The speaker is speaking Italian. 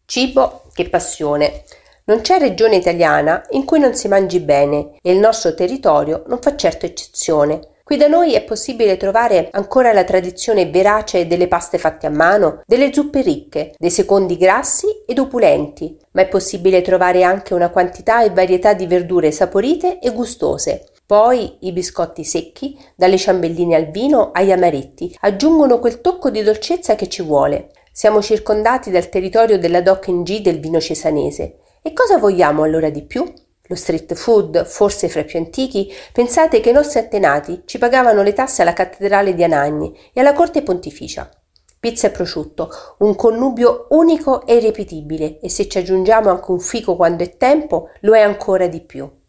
Cibo, che passione! Non c'è regione italiana in cui non si mangi bene e il nostro territorio non fa certo eccezione. Qui da noi è possibile trovare ancora la tradizione verace delle paste fatte a mano, delle zuppe ricche, dei secondi grassi ed opulenti, ma è possibile trovare anche una quantità e varietà di verdure saporite e gustose. Poi i biscotti secchi, dalle ciambelline al vino agli amaretti, aggiungono quel tocco di dolcezza che ci vuole. Siamo circondati dal territorio della Doc G del vino cesanese. E cosa vogliamo allora di più? Lo street food, forse fra i più antichi, pensate che i nostri antenati ci pagavano le tasse alla cattedrale di Anagni e alla corte pontificia. Pizza e prosciutto, un connubio unico e irripetibile, e se ci aggiungiamo anche un fico quando è tempo, lo è ancora di più.